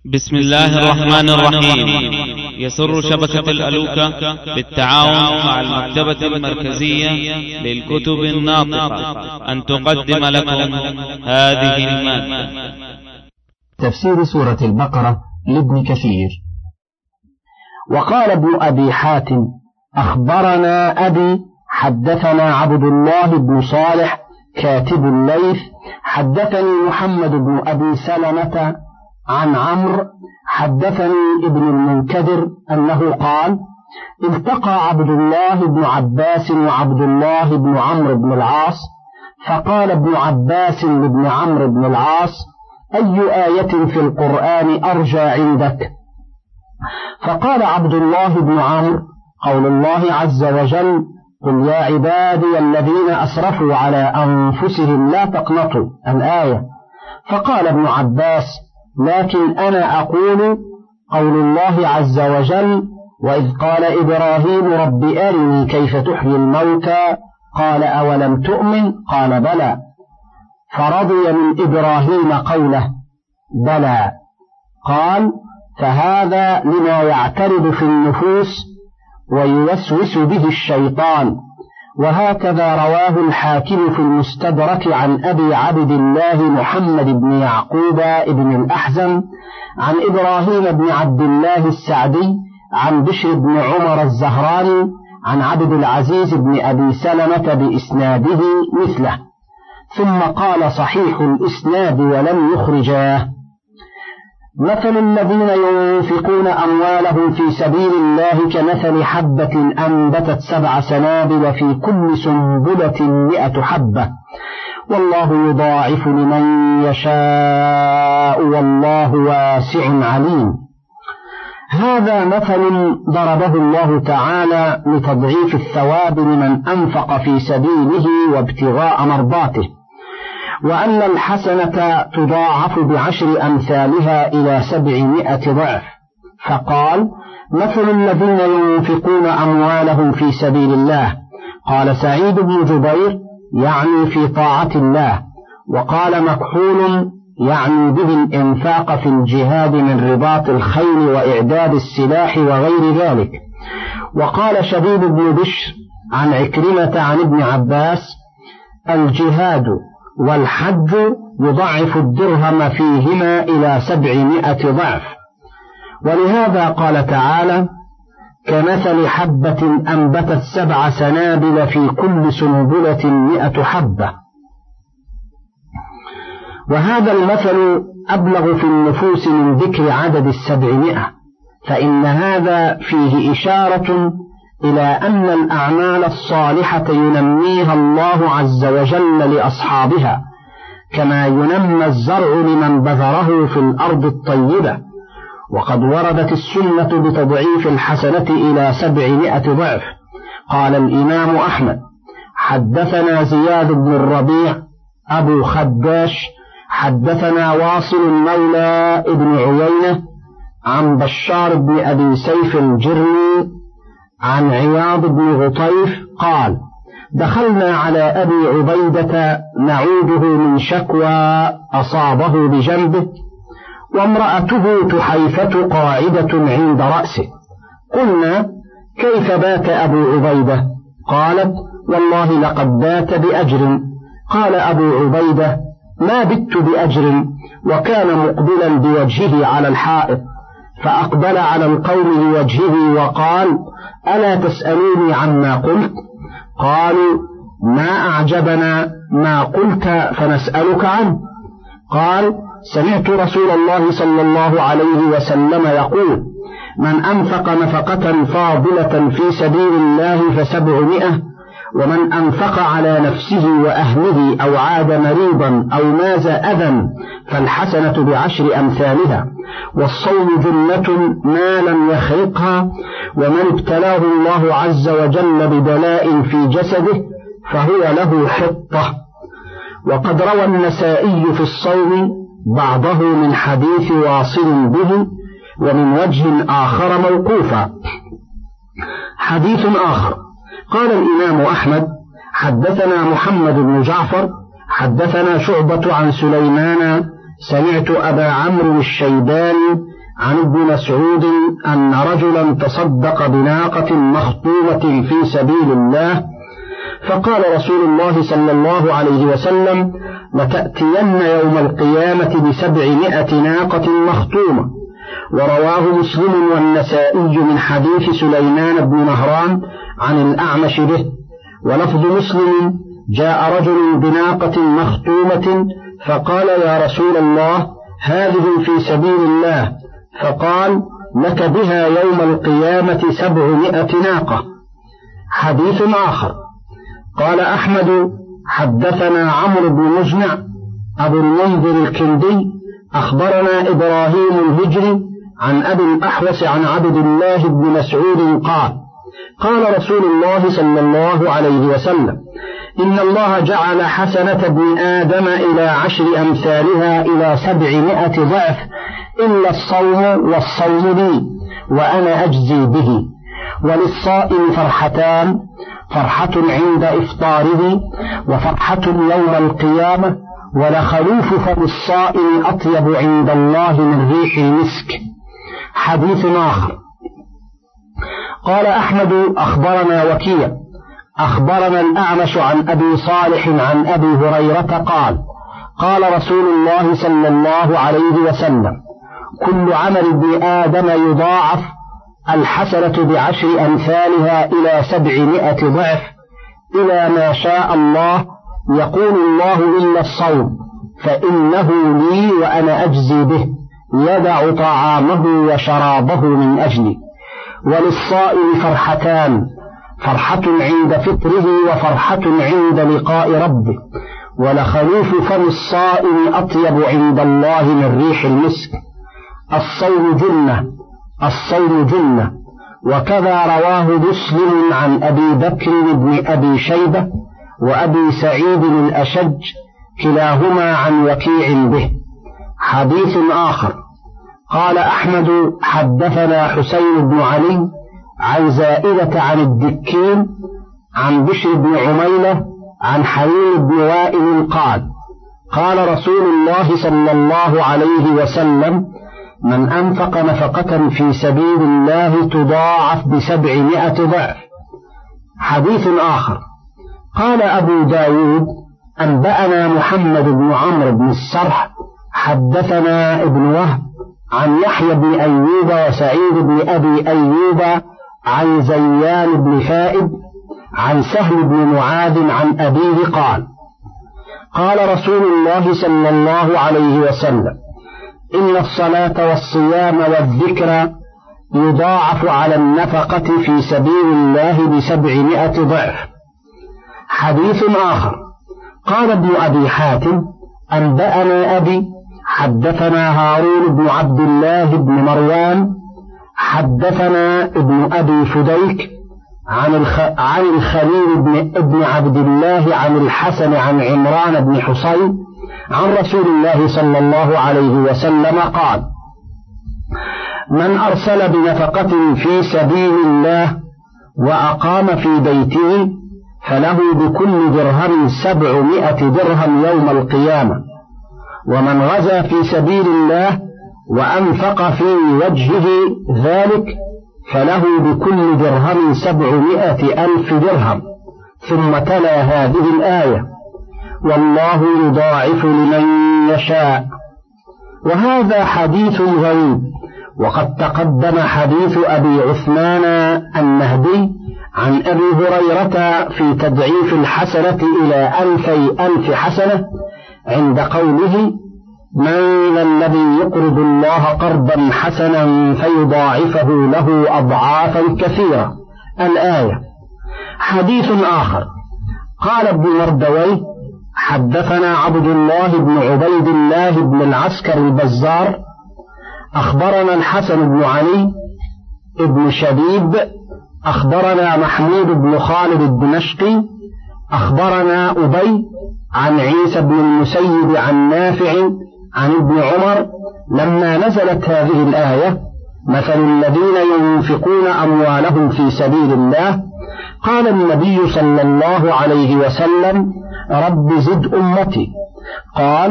بسم الله الرحمن الرحيم. يسر شبكة الألوكة بالتعاون مع المكتبة المركزية للكتب الناطقة أن تقدم لكم هذه المادة. تفسير سورة البقرة لابن كثير. وقال ابن أبي حاتم: أخبرنا أبي حدثنا عبد الله بن صالح كاتب الليث حدثني محمد بن أبي سلمة عن عمرو حدثني ابن المنكدر أنه قال: التقى عبد الله بن عباس وعبد الله بن عمرو بن العاص، فقال ابن عباس لابن عمرو بن العاص: أي آية في القرآن أرجى عندك؟ فقال عبد الله بن عمرو: قول الله عز وجل: قل يا عبادي الذين أسرفوا على أنفسهم لا تقنطوا، الآية. فقال ابن عباس: لكن أنا أقول قول الله عز وجل: وإذ قال إبراهيم رب أرني كيف تحيي الموتى، قال أولم تؤمن، قال بلى، فرضي من إبراهيم قوله بلى، قال: فهذا لما يعترض في النفوس ويوسوس به الشيطان. وهكذا رواه الحاكم في المستدرك عن أبي عبد الله محمد بن يعقوب بن الأحزم عن إبراهيم بن عبد الله السعدي عن بشر بن عمر الزهراني عن عبد العزيز بن أبي سلمة بإسناده مثله، ثم قال: صحيح الإسناد ولم يخرجاه. مثل الذين ينفقون أموالهم في سبيل الله كمثل حبة أنبتت 7 سنابل في كل سنبلة 100 حبة، والله يضاعف لمن يشاء والله واسع عليم. هذا مثل ضربه الله تعالى لتضعيف الثواب لمن أنفق في سبيله وابتغاء مرضاته، وأن الحسنة تضاعف ب10 أمثالها إلى 700 ضعف. فقال: مثل الذين ينفقون أموالهم في سبيل الله. قال سعيد بن جبير: يعني في طاعة الله. وقال مكحول: يعني به الإنفاق في الجهاد من رباط الخيل وإعداد السلاح وغير ذلك. وقال شبيب بن بشر عن عكرمة عن ابن عباس: الجهاد والحج يضعف الدرهم فيهما إلى 700 ضعف. ولهذا قال تعالى: كمثل حبة أنبتت 7 سنابل في كل سنبلة 100 حبة. وهذا المثل أبلغ في النفوس من ذكر عدد 700، فإن هذا فيه إشارة إلى أن الأعمال الصالحة ينميها الله عز وجل لأصحابها، كما ينمى الزرع لمن بذره في الأرض الطيبة. وقد وردت السنة بتضعيف الحسنة إلى 700 ضعف. قال الإمام أحمد: حدثنا زياد بن الربيع أبو خداش حدثنا واصل مولى ابن عيينة عن بشار بن أبي سيف الجرمي عن عياض بن غطيف قال: دخلنا على أبي عبيدة نعوده من شكوى أصابه بجنبه، وامرأته تحيفة قاعدة عند رأسه. قلنا: كيف بات أبو عبيدة؟ قالت: والله لقد بات بأجر. قال أبو عبيدة: ما بت بأجر، وكان مقبلا بوجهه على الحائط، فأقبل على القوم بوجهه وقال: ألا تسألوني عما قلت؟ قالوا: ما أعجبنا ما قلت فنسألك عنه. قال: سمعت رسول الله صلى الله عليه وسلم يقول: من أنفق نفقة فاضلة في سبيل الله ف700، ومن أنفق على نفسه وأهله أو عاد مريضا أو ماز أذى فالحسنة ب10 أمثالها. والصوم جنة ما لم يخرقها، ومن ابتلاه الله عز وجل ببلاء في جسده فهو له حطة. وقد روى النسائي في الصوم بعضه من حديث واصل به، ومن وجه آخر موقوفا. حديث آخر: قال الإمام أحمد: حدثنا محمد بن جعفر حدثنا شعبة عن سليمان سمعت أبا عمرو الشيباني عن ابن مسعود أن رجلا تصدق بناقة مخطومة في سبيل الله، فقال رسول الله صلى الله عليه وسلم: لتأتين يوم القيامة ب700 ناقة مخطومة. ورواه مسلم والنسائي من حديث سليمان بن مهران عن الأعمش به. ولفظ مسلم: جاء رجل بناقة مخطومة فقال: يا رسول الله، هذه في سبيل الله. فقال: لك بها يوم القيامة 700 ناقة. حديث آخر. قال أحمد: حدثنا عمرو بن مجنع أبو المنذر الكندي أخبرنا إبراهيم الهجري عن أبي الأحوص عن عبد الله بن مسعود قال: قال رسول الله صلى الله عليه وسلم: إن الله جعل حسنة ابن آدم إلى 10 أمثالها إلى 700 ضعف، إلا الصوم والصوم لي وأنا أجزي به. وللصائم فرحتان: فرحة عند إفطاره وفرحة يوم القيامة. ولخلوف فم الصائم أطيب عند الله من ريح المسك. حديث آخر. قال أحمد: أخبرنا وكيع أخبرنا الأعمش عن أبي صالح عن أبي هريرة قال: قال رسول الله صلى الله عليه وسلم: كل عمل ابن آدم يضاعف، الحسنة ب10 أمثالها إلى 700 ضعف، إلى ما شاء الله. يقول الله: إلا الصوم فإنه لي وأنا أجزي به، يدع طعامه وشرابه من أجلي. وللصائم فرحتان: فرحة عند فطره وفرحة عند لقاء ربه. ولخلوف فم الصائم أطيب عند الله من ريح المسك. الصوم جنة، الصوم جنة. وكذا رواه مسلم عن أبي بكر بن أبي شيبة وأبي سعيد الأشج كلاهما عن وكيع به. حديث آخر. قال أحمد: حدثنا حسين بن علي عن زائدة عن الدكين عن بشر بن عميلة عن حليم بن وائل قال: قال رسول الله صلى الله عليه وسلم: من أنفق نفقة في سبيل الله تضاعف ب700 ضعف. حديث آخر. قال أبو داود: أنبأنا محمد بن عمرو بن الصرح حدثنا ابن وهب عن يحيى بن أيوب وسعيد بن أبي أيوب عن زيان بن فائد عن سهل بن معاذ عن أبيه قال: قال رسول الله صلى الله عليه وسلم: إن الصلاة والصيام والذكر يضاعف على النفقة في سبيل الله ب700 ضعف. حديث آخر. قال ابن أبي حاتم: أنبأنا أبي حدثنا هارون بن عبد الله بن مروان حدثنا ابن أبي فديك عن الخليل بن عبد الله عن الحسن عن عمران بن حصين عن رسول الله صلى الله عليه وسلم قال: من أرسل بنفقة في سبيل الله وأقام في بيته فله بكل درهم 700 درهم يوم القيامة. ومن غزا في سبيل الله وأنفق في وجهه ذلك فله بكل درهم 700,000 درهم. ثم تلا هذه الآية: والله يضاعف لمن يشاء. وهذا حديث غريب، وقد تقدم حديث أبي عثمان النهدي عن أبي هريرة في تضعيف الحسنة إلى 2,000 حسنة عند قوله: من ذا الذي يقرض الله قرضا حسنا فيضاعفه له أضعافا كثيرة، الآية. حديث آخر. قال ابن مردويه: حدثنا عبد الله بن عبيد الله بن العسكر البزار أخبرنا الحسن بن علي بن شبيب أخبرنا محمود بن خالد الدمشقي أخبرنا أبي عن عيسى بن المسيب عن نافع عن ابن عمر لما نزلت هذه الآية: مثل الذين ينفقون أموالهم في سبيل الله، قال النبي صلى الله عليه وسلم: رب زد أمتي. قال: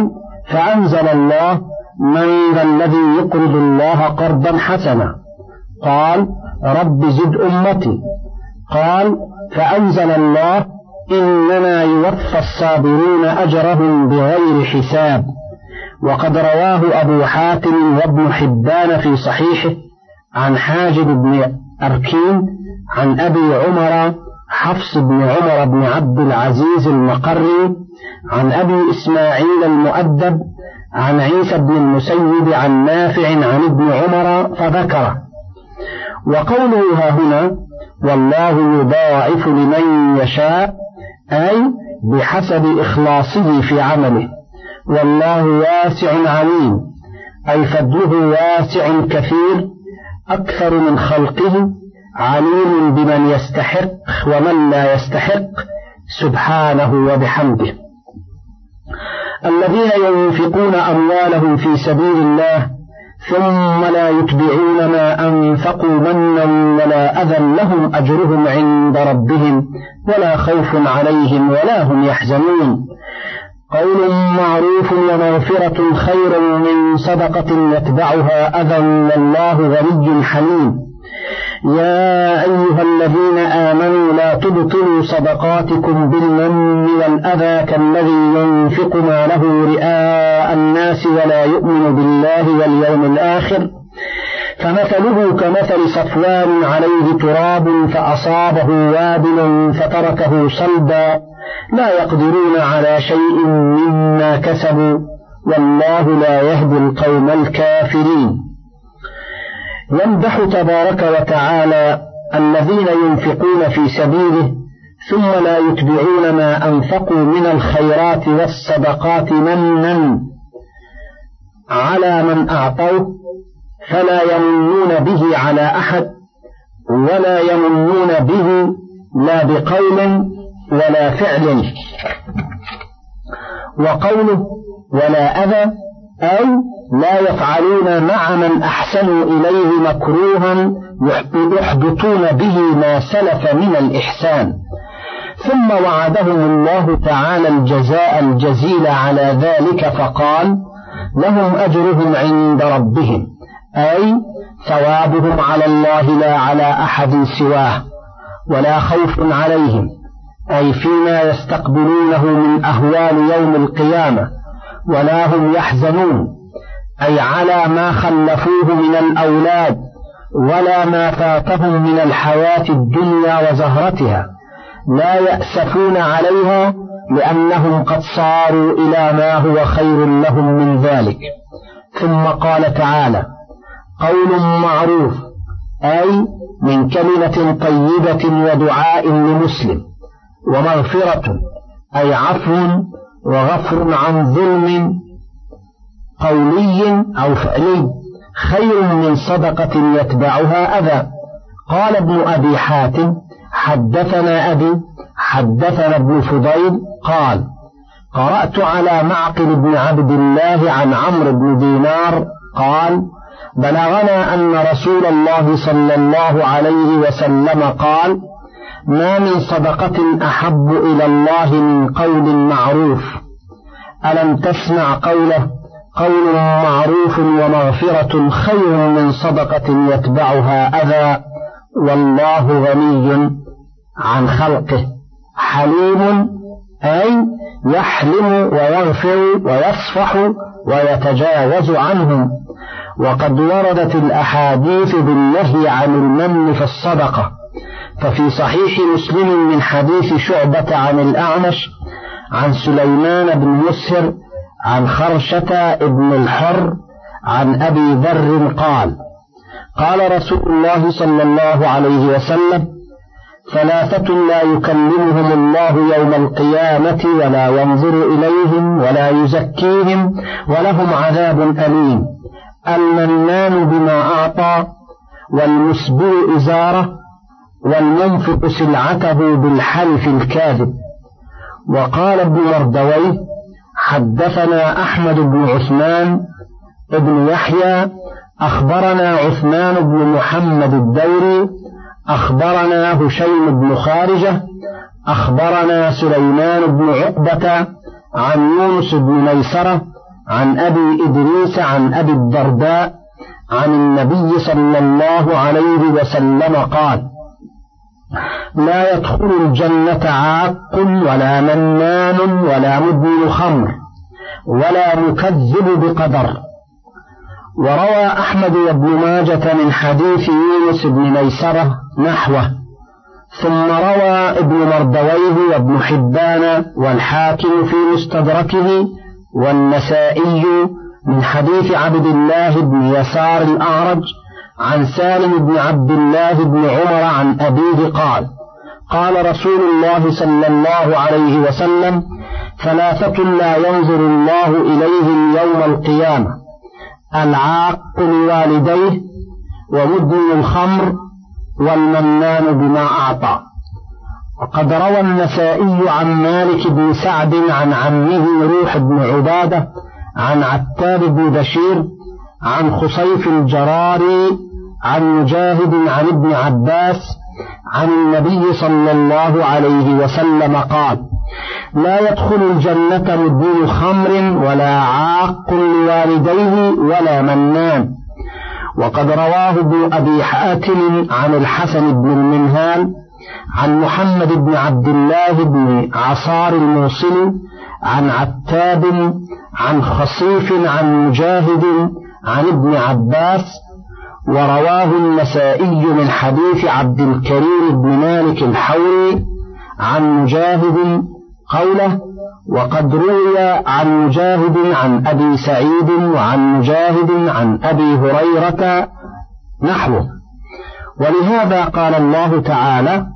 فأنزل الله: من ذا الذي يقرض الله قرضا حسنا؟ قال: رب زد أمتي. قال: فأنزل الله: إنما يوفى الصابرون أجرهم بغير حساب. وقد رواه أبو حاتم وابن حبان في صحيحه عن حاجب بن أركين عن أبي عمر حفص بن عمر بن عبد العزيز المقري عن أبي إسماعيل المؤدب عن عيسى بن المسيب عن نافع عن ابن عمر فذكره. وقوله ها هنا: والله يضاعف لمن يشاء، أي بحسب إخلاصه في عمله. والله واسع عليم، أي فضله واسع كثير أكثر من خلقه، عليم بمن يستحق ومن لا يستحق سبحانه وبحمده. الذين ينفقون أموالهم في سبيل الله ثم لا يتبعون ما أنفقوا منا ولا أذى لهم أجرهم عند ربهم ولا خوف عليهم ولا هم يحزنون. قول معروف ومغفرة خير من صدقة يتبعها أذى والله غني حليم. يا أيها الذين آمنوا لا تبطلوا صدقاتكم بالمن والأذى كالذي ينفق ماله رئاء الناس ولا يؤمن بالله واليوم الآخر، فمثله كمثل صفوان عليه تراب فأصابه وابل فتركه صلبا، لا يقدرون على شيء مما كسبوا والله لا يهدي القوم الكافرين. يمدح تبارك وتعالى الذين ينفقون في سبيله ثم لا يتبعون ما أنفقوا من الخيرات والصدقات منا على من أعطوه، فلا يمنون به على أحد ولا يمنون به لا بقول ولا فعل. وقوله ولا أذى أي لا يفعلون مع من أحسنوا إليه مكروها يحبطون به ما سلف من الإحسان. ثم وعدهم الله تعالى الجزاء الجزيل على ذلك فقال: لهم أجرهم عند ربهم، أي ثوابهم على الله لا على أحد سواه، ولا خوف عليهم أي فيما يستقبلونه من أهوال يوم القيامة، ولا هم يحزنون أي على ما خلفوه من الأولاد ولا ما فاتهم من الحياة الدنيا وزهرتها، لا يأسفون عليها لأنهم قد صاروا إلى ما هو خير لهم من ذلك. ثم قال تعالى: قول معروف أي من كلمة طيبة ودعاء لمسلم، ومغفرة أي عفو وغفر عن ظلم قولي أو فعلي خير من صدقة يتبعها أذى. قال ابن أبي حاتم: حدثنا أبي حدثنا ابن فضيل قال: قرأت على معقل بن عبد الله عن عمرو بن دينار قال: بلغنا أن رسول الله صلى الله عليه وسلم قال: ما من صدقة أحب إلى الله من قول معروف. ألم تسمع قوله: قول معروف ومغفرة خير من صدقة يتبعها أذى والله غني عن خلقه. حليم أي يحلم ويغفر ويصفح ويتجاوز عنهم. وقد وردت الأحاديث بالنهي عن المن في الصدقة، ففي صحيح مسلم من حديث شعبة عن الأعمش عن سليمان بن مسهر عن خرشة بن الحر عن أبي ذر قال: قال رسول الله صلى الله عليه وسلم: ثلاثة لا يكلمهم الله يوم القيامة ولا ينظر إليهم ولا يزكيهم ولهم عذاب أليم: المنان بما أعطى، والمسبل إزاره، والمنفق سلعته بالحلف الكاذب. وقال ابن مردويه: حدثنا أحمد بن عثمان ابن يحيى أخبرنا عثمان بن محمد الدوري أخبرنا هشيم بن خارجة أخبرنا سليمان بن عقبة عن يونس بن ميسرة عن أبي إدريس عن أبي الدرداء عن النبي صلى الله عليه وسلم قال: لا يدخل الجنة عاق ولا منان ولا مدمن خمر ولا مكذب بقدر. وروى أحمد وابن ماجة من حديث يونس بن ميسرة نحوه، ثم روى ابن مردويه وابن حبان والحاكم في مستدركه والنسائي من حديث عبد الله بن يسار الأعرج عن سالم بن عبد الله بن عمر عن أبيه قال: قال رسول الله صلى الله عليه وسلم: ثلاثة لا ينظر الله إليهم يوم القيامة: العاق لوالديه ومدمن الخمر والمنان بما أعطى. وقد روى النسائي عن مالك بن سعد عن عمه روح بن عبادة عن عتاب بن بشير عن خصيف الجراري عن مجاهد عن ابن عباس عن النبي صلى الله عليه وسلم قال: لا يدخل الجنة مدمن خمر ولا عاق لوالديه ولا منان. وقد رواه ابن أبي حاتم عن الحسن بن المنهال عن محمد بن عبد الله بن عصار الموصلي عن عتاب عن خصيف عن مجاهد عن ابن عباس. ورواه النسائي من حديث عبد الكريم بن مالك الحوري عن مجاهد قوله: وقد روي عن مجاهد عن أبي سعيد وعن مجاهد عن أبي هريرة نحوه. ولهذا قال الله تعالى: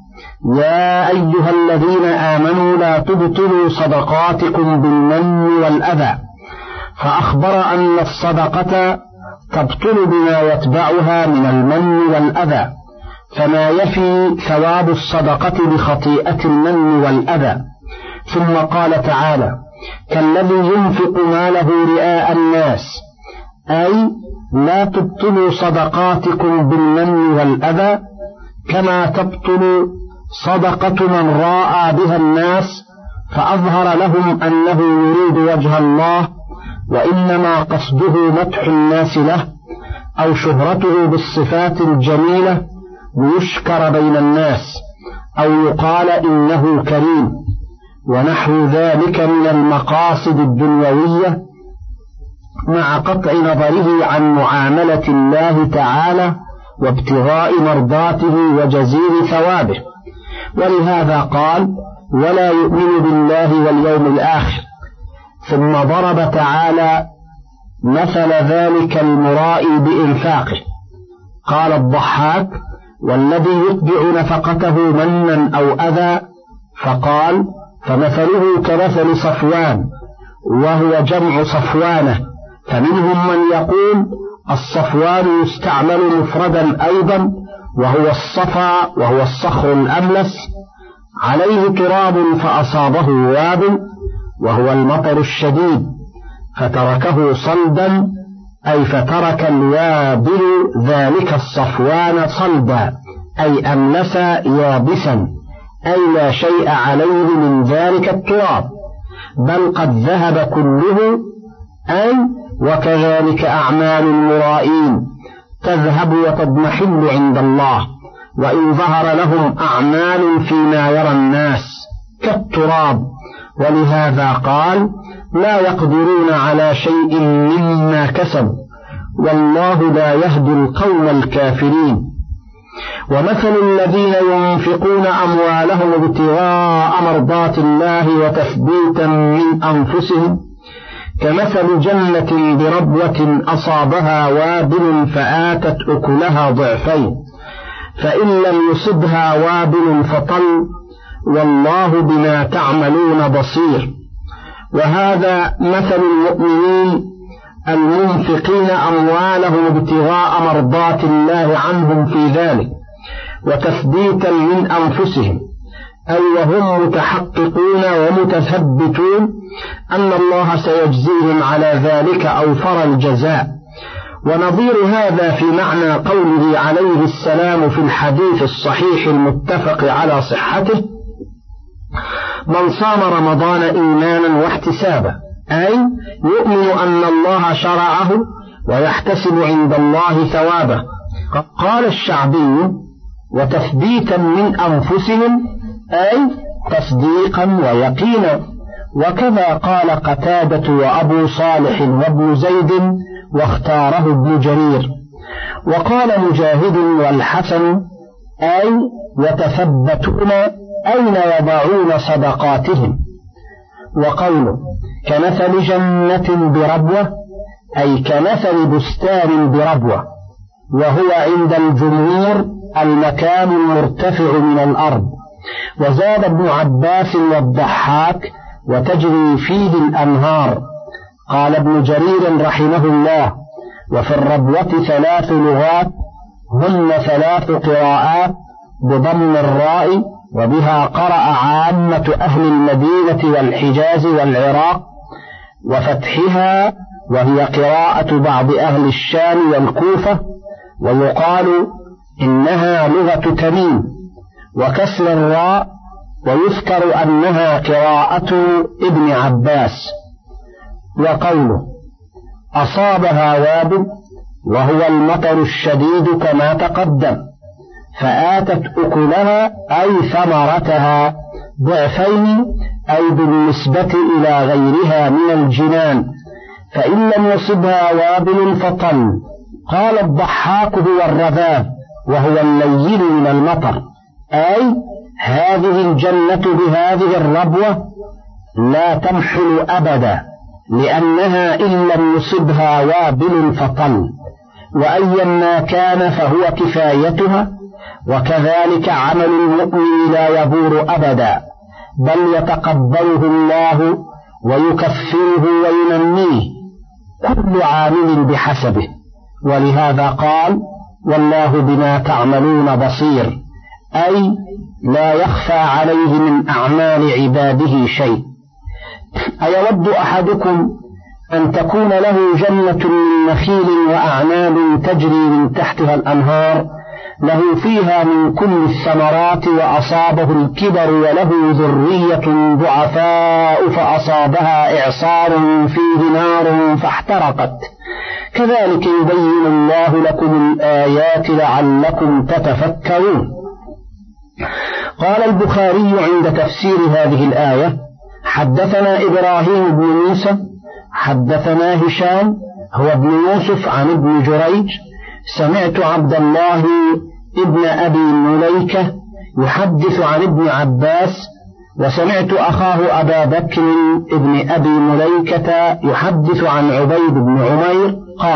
يا أيها الذين آمنوا لا تبطلوا صدقاتكم بالمن والأذى، فأخبر أن الصدقة تبطل بما يتبعها من المن والأذى، فما يفي ثواب الصدقة بخطيئة المن والأذى. ثم قال تعالى: كالذي ينفق ماله رئاء الناس، أي لا تبطلوا صدقاتكم بالمن والأذى كما تبطل صدقة من راء بها الناس فأظهر لهم أنه يريد وجه الله وإنما قصده مدح الناس له أو شهرته بالصفات الجميلة ليشكر بين الناس أو يقال إنه كريم، ونحو ذلك من المقاصد الدنيوية، مع قطع نظره عن معاملة الله تعالى وابتغاء مرضاته وجزيل ثوابه. ولهذا قال: ولا يؤمن بالله واليوم الآخر. ثم ضرب تعالى مثل ذلك المرائي بإنفاقه. قال الضحاك: والذي يتبع نفقته منا أو أذى، فقال: فمثله كمثل صفوان، وهو جمع صفوانه، فمنهم من يقول الصفوان يستعمل مفردا أيضا، وهو الصفا وهو الصخر الأملس عليه تراب فأصابه وابل، وهو المطر الشديد، فتركه صلدا، أي فترك الوابل ذلك الصفوان صلدا، أي أملس يابسا، أي لا شيء عليه من ذلك التراب، بل قد ذهب كله، أي وكذلك أعمال المرائين تذهب وتضمحل عند الله، وإن ظهر لهم أعمال فيما يرى الناس كالتراب. ولهذا قال: لا يقدرون على شيء مما كسبوا والله لا يهدي القوم الكافرين. ومثل الذين ينفقون أموالهم ابتغاء مرضات الله وتثبيتا من أنفسهم كمثل جنة بربوة أصابها وابل فآتت أكلها ضعفين، فإن لم يصبها وابل فطل، والله بما تعملون بصير. وهذا مثل المؤمنين المنفقين أموالهم ابتغاء مرضات الله عنهم في ذلك وتثبيتا من أنفسهم، أي وهم متحققون ومتثبتون أن الله سيجزيهم على ذلك أوفر الجزاء. ونظير هذا في معنى قوله عليه السلام في الحديث الصحيح المتفق على صحته: من صام رمضان إيمانا واحتسابا، أي يؤمن أن الله شرعه ويحتسب عند الله ثوابه. قال الشعبي: وتثبيتا من أنفسهم، أي تصديقا ويقينا. وكذا قال قتادة وأبو صالح وابن زيد، واختاره ابن جرير. وقال مجاهد والحسن: أي يتثبتون أين يضعون صدقاتهم. وقوله كمثل جنة بربوة، أي كمثل بستان بربوة، وهو عند الجمهور المكان المرتفع من الأرض. وزاد ابن عباس والضحاك: وتجري فيه الأنهار. قال ابن جرير رحمه الله: وفي الربوة 3 لغات، هن 3 قراءات بضم الراء، وبها قرأ عامة أهل المدينة والحجاز والعراق، وفتحها، وهي قراءة بعض أهل الشام والكوفة، ويقال إنها لغة تميم، وكسر الراء، ويذكر أنها قراءة ابن عباس. وقوله أصابها وابل، وهو المطر الشديد كما تقدم، فآتت أكلها أي ثمرتها ضعفين، أي بالنسبة إلى غيرها من الجنان، فإن لم يصبها وابل فطل. قال الضحاك: هو الرذاذ، وهو اللين من المطر، أي هذه الجنة بهذه الربوة لا تمحل أبدا، لأنها إن لم يصبها وابل فطل، وأيا ما كان فهو كفايتها. وكذلك عمل المؤمن لا يبور أبدا، بل يتقبله الله ويكفره وينميه، كل عامل بحسبه. ولهذا قال: والله بما تعملون بصير، أي لا يخفى عليه من أعمال عباده شيء. أيود أحدكم أن تكون له جنة من نخيل وأعناب تجري من تحتها الأنهار، له فيها من كل الثمرات، وأصابه الكبر وله ذرية ضعفاء فأصابها إعصار فيه نار فاحترقت، كذلك يبين الله لكم الآيات لعلكم تتفكرون. قال البخاري عند تفسير هذه الآية: حدثنا إبراهيم بن موسى حدثنا هشام هو ابن يوسف عن ابن جريج، سمعت عبد الله ابن أبي مليكة يحدث عن ابن عباس، وسمعت أخاه أبا بكر ابن أبي مليكة يحدث عن عبيد بن عمير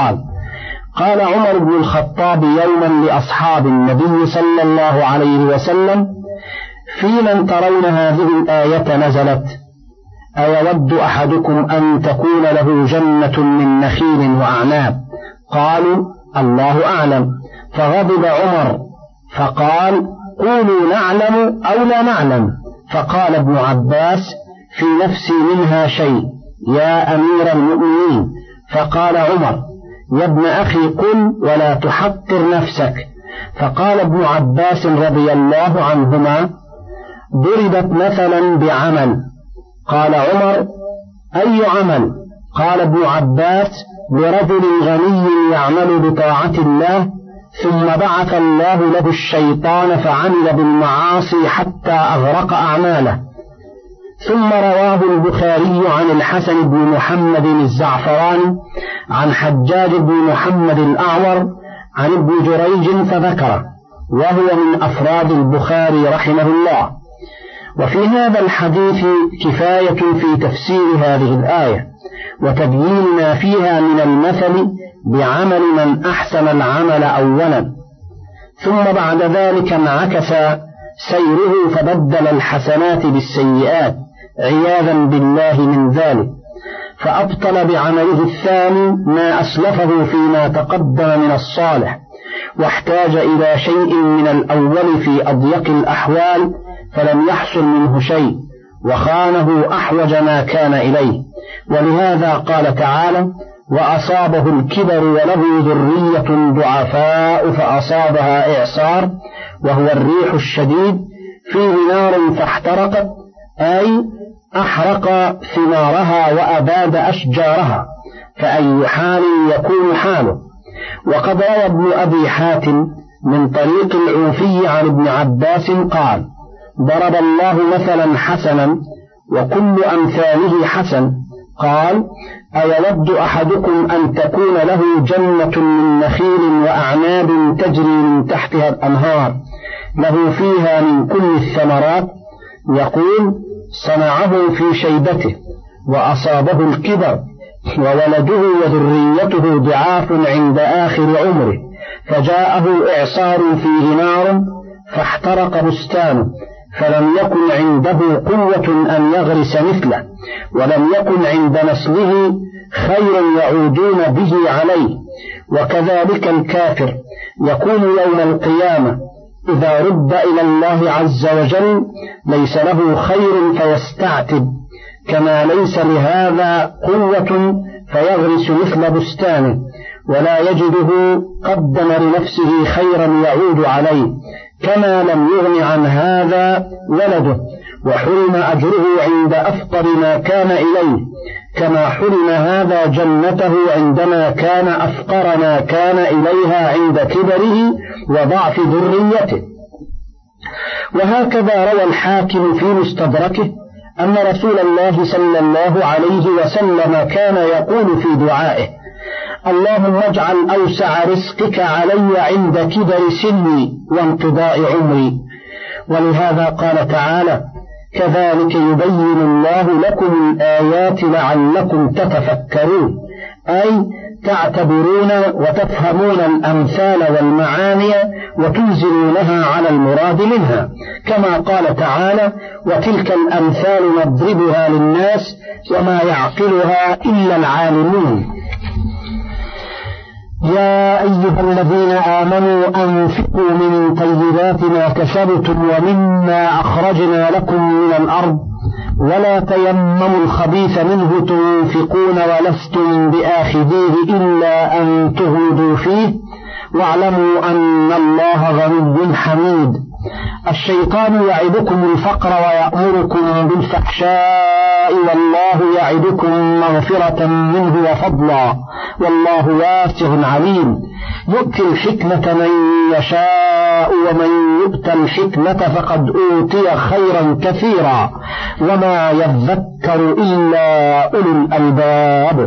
قال عمر بن الخطاب يوما لأصحاب النبي صلى الله عليه وسلم: في من ترون هذه الآية نزلت؟ أيود أحدكم أن تكون له جنة من نخيل وأعناب؟ قالوا: الله أعلم. فغضب عمر فقال: قولوا نعلم أو لا نعلم. فقال ابن عباس: في نفسي منها شيء يا أمير المؤمنين. فقال عمر: يا ابن أخي قل ولا تحقر نفسك. فقال ابن عباس رضي الله عنهما: ضربت مثلا بعمل. قال عمر: أي عمل؟ قال ابن عباس: لرجل غني يعمل بطاعة الله، ثم بعث الله له الشيطان فعمل بالمعاصي حتى أغرق أعماله. ثم رواه البخاري عن الحسن بن محمد الزعفراني عن حجاج بن محمد الأعور عن ابن جريج فذكره، وهو من أفراد البخاري رحمه الله. وفي هذا الحديث كفاية في تفسير هذه الآية وتبيين ما فيها من المثل بعمل من أحسن العمل أولا، ثم بعد ذلك انعكس سيره فبدل الحسنات بالسيئات عياذا بالله من ذلك، فأبطل بعمله الثاني ما أسلفه فيما تقدم من الصالح، واحتاج إلى شيء من الأول في أضيق الأحوال فلم يحصل منه شيء، وخانه أحوج ما كان إليه. ولهذا قال تعالى: وأصابه الكبر وله ذرية ضعفاء فأصابها إعصار، وهو الريح الشديد، فيه نار فاحترقت، أي أحرق ثمارها وأباد أشجارها، فأي حال يكون حاله. وقد روى ابن أبي حاتم من طريق العوفي عن ابن عباس قال: ضرب الله مثلا حسنا وكل أمثاله حسن. قال: أيود أحدكم أن تكون له جنة من نخيل وأعناب تجري من تحتها الأنهار له فيها من كل الثمرات؟ يقول: صنعه في شيبته وأصابه الكبر وولده وذريته ضعاف عند آخر عمره، فجاءه إعصار فيه نار فاحترق بستانه، فلم يكن عنده قوة أن يغرس مثله، ولم يكن عند نسله خير يعودون به عليه. وكذلك الكافر يكون يوم القيامة إذا رد إلى الله عز وجل ليس له خير فيستعتب، كما ليس لهذا قوة فيغرس مثل بستانه، ولا يجده قدم لنفسه خيرا يعود عليه، كما لم يغن عن هذا ولده وحرم أجره عند أفقر ما كان إليه، كما حرم هذا جنته عندما كان أفقر ما كان إليها عند كبره وضعف ذريته. وهكذا روى الحاكم في مستدركه أن رسول الله صلى الله عليه وسلم كان يقول في دعائه: اللهم اجعل أوسع رزقك علي عند كبر سني وانقضاء عمري. ولهذا قال تعالى: كذلك يبين الله لكم الآيات لعلكم تتفكرون، أي تعتبرون وتفهمون الأمثال والمعاني وتنزلونها على المراد منها، كما قال تعالى: وتلك الأمثال نضربها للناس وما يعقلها إلا العالمون. يا أيها الذين آمنوا أنفقوا من طيبات ما كسبتم ومما أخرجنا لكم من الأرض ولا تيمموا الخبيث منه تنفقون ولستم بآخذيه إلا أن تغمضوا فيه واعلموا أن الله غني حميد. الشيطان يعدكم الفقر ويأمركم بالفحشاء والله يعدكم مغفرة منه وفضلا والله واسع عليم. يؤتي الحكمة من يشاء ومن يؤت الحكمة فقد أوتي خيرا كثيرا وما يذكر إلا أولو الألباب.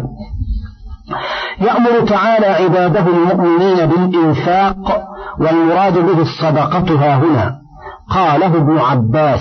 يأمر تعالى عباده المؤمنين بالإنفاق، والمراد به الصدقة ها هنا. قاله ابن عباس: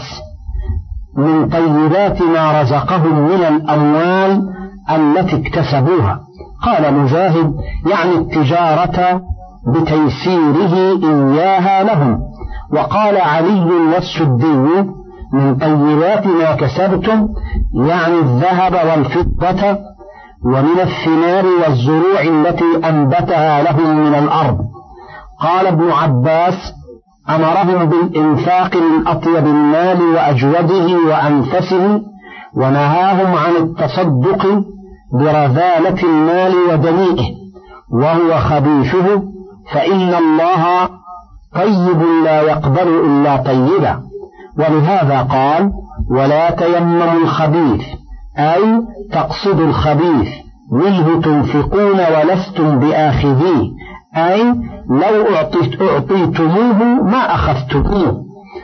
من طيبات ما رزقهم من الأموال التي اكتسبوها. قال مجاهد: يعني التجارة بتيسيره إياها لهم. وقال علي والسدي: من طيبات ما كسبتم يعني الذهب والفضة ومن الثمار والزروع التي أنبتها لهم من الأرض. قال ابن عباس: أمرهم بالإنفاق من أطيب المال وأجوده وأنفسه، ونهاهم عن التصدق برذالة المال ودنيئه وهو خبيثه، فإن الله طيب لا يقبل إلا طيبا. ولهذا قال: ولا تيمموا الخبيث، أي تقصد الخبيث، منه تنفقون ولستم بآخذيه، أي لو أعطيتموه ما أخذتموه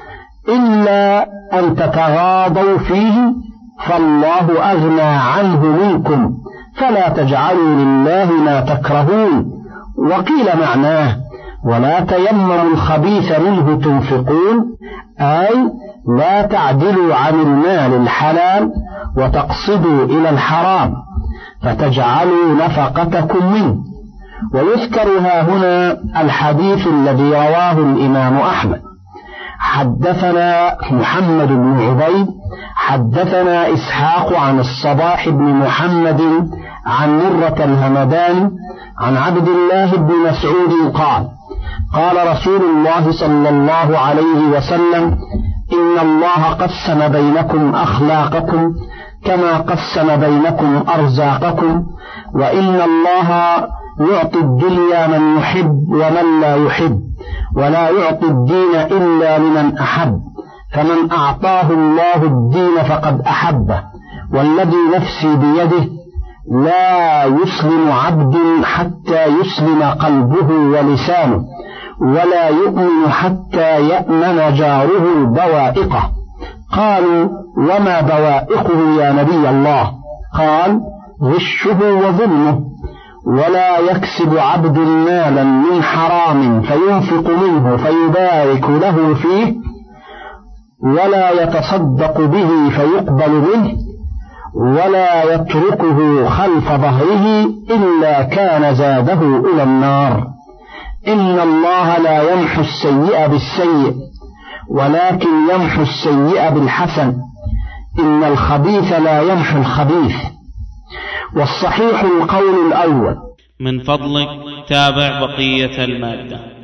إلا أن تتغاضوا فيه، فالله أغنى عنه منكم فلا تجعلوا لله ما تكرهون. وقيل معناه: ولا تيمموا الخبيث منه تنفقون، أي لا تعدلوا عن المال الحلال وتقصدوا إلى الحرام فتجعلوا نفقتكم منه. ويذكر ها هنا الحديث الذي رواه الإمام أحمد: حدثنا محمد بن عبيد حدثنا إسحاق عن الصباح بن محمد عن مرة الهمدان عن عبد الله بن مسعود قال: قال رسول الله صلى الله عليه وسلم: إن الله قسم بينكم أخلاقكم كما قسم بينكم أرزاقكم، وإن الله يعطي الدنيا من يحب ومن لا يحب، ولا يعطي الدين إلا لمن أحب، فمن أعطاه الله الدين فقد أحبه، والذي نفسي بيده لا يسلم عبد حتى يسلم قلبه ولسانه، ولا يؤمن حتى يأمن جاره بوائقه. قالوا: وما بوائقه يا نبي الله؟ قال: غشه وظلمه. ولا يكسب عبد مالا من حرام فينفق منه فيبارك له فيه، ولا يتصدق به فيقبل منه، ولا يتركه خلف ظهره إلا كان زاده إلى النار. إن الله لا يمحو السيئ بالسيئ، ولكن يمحو السيئ بالحسن. إن الخبيث لا يمحو الخبيث. والصحيح القول الأول. من فضلك تابع بقية المادة.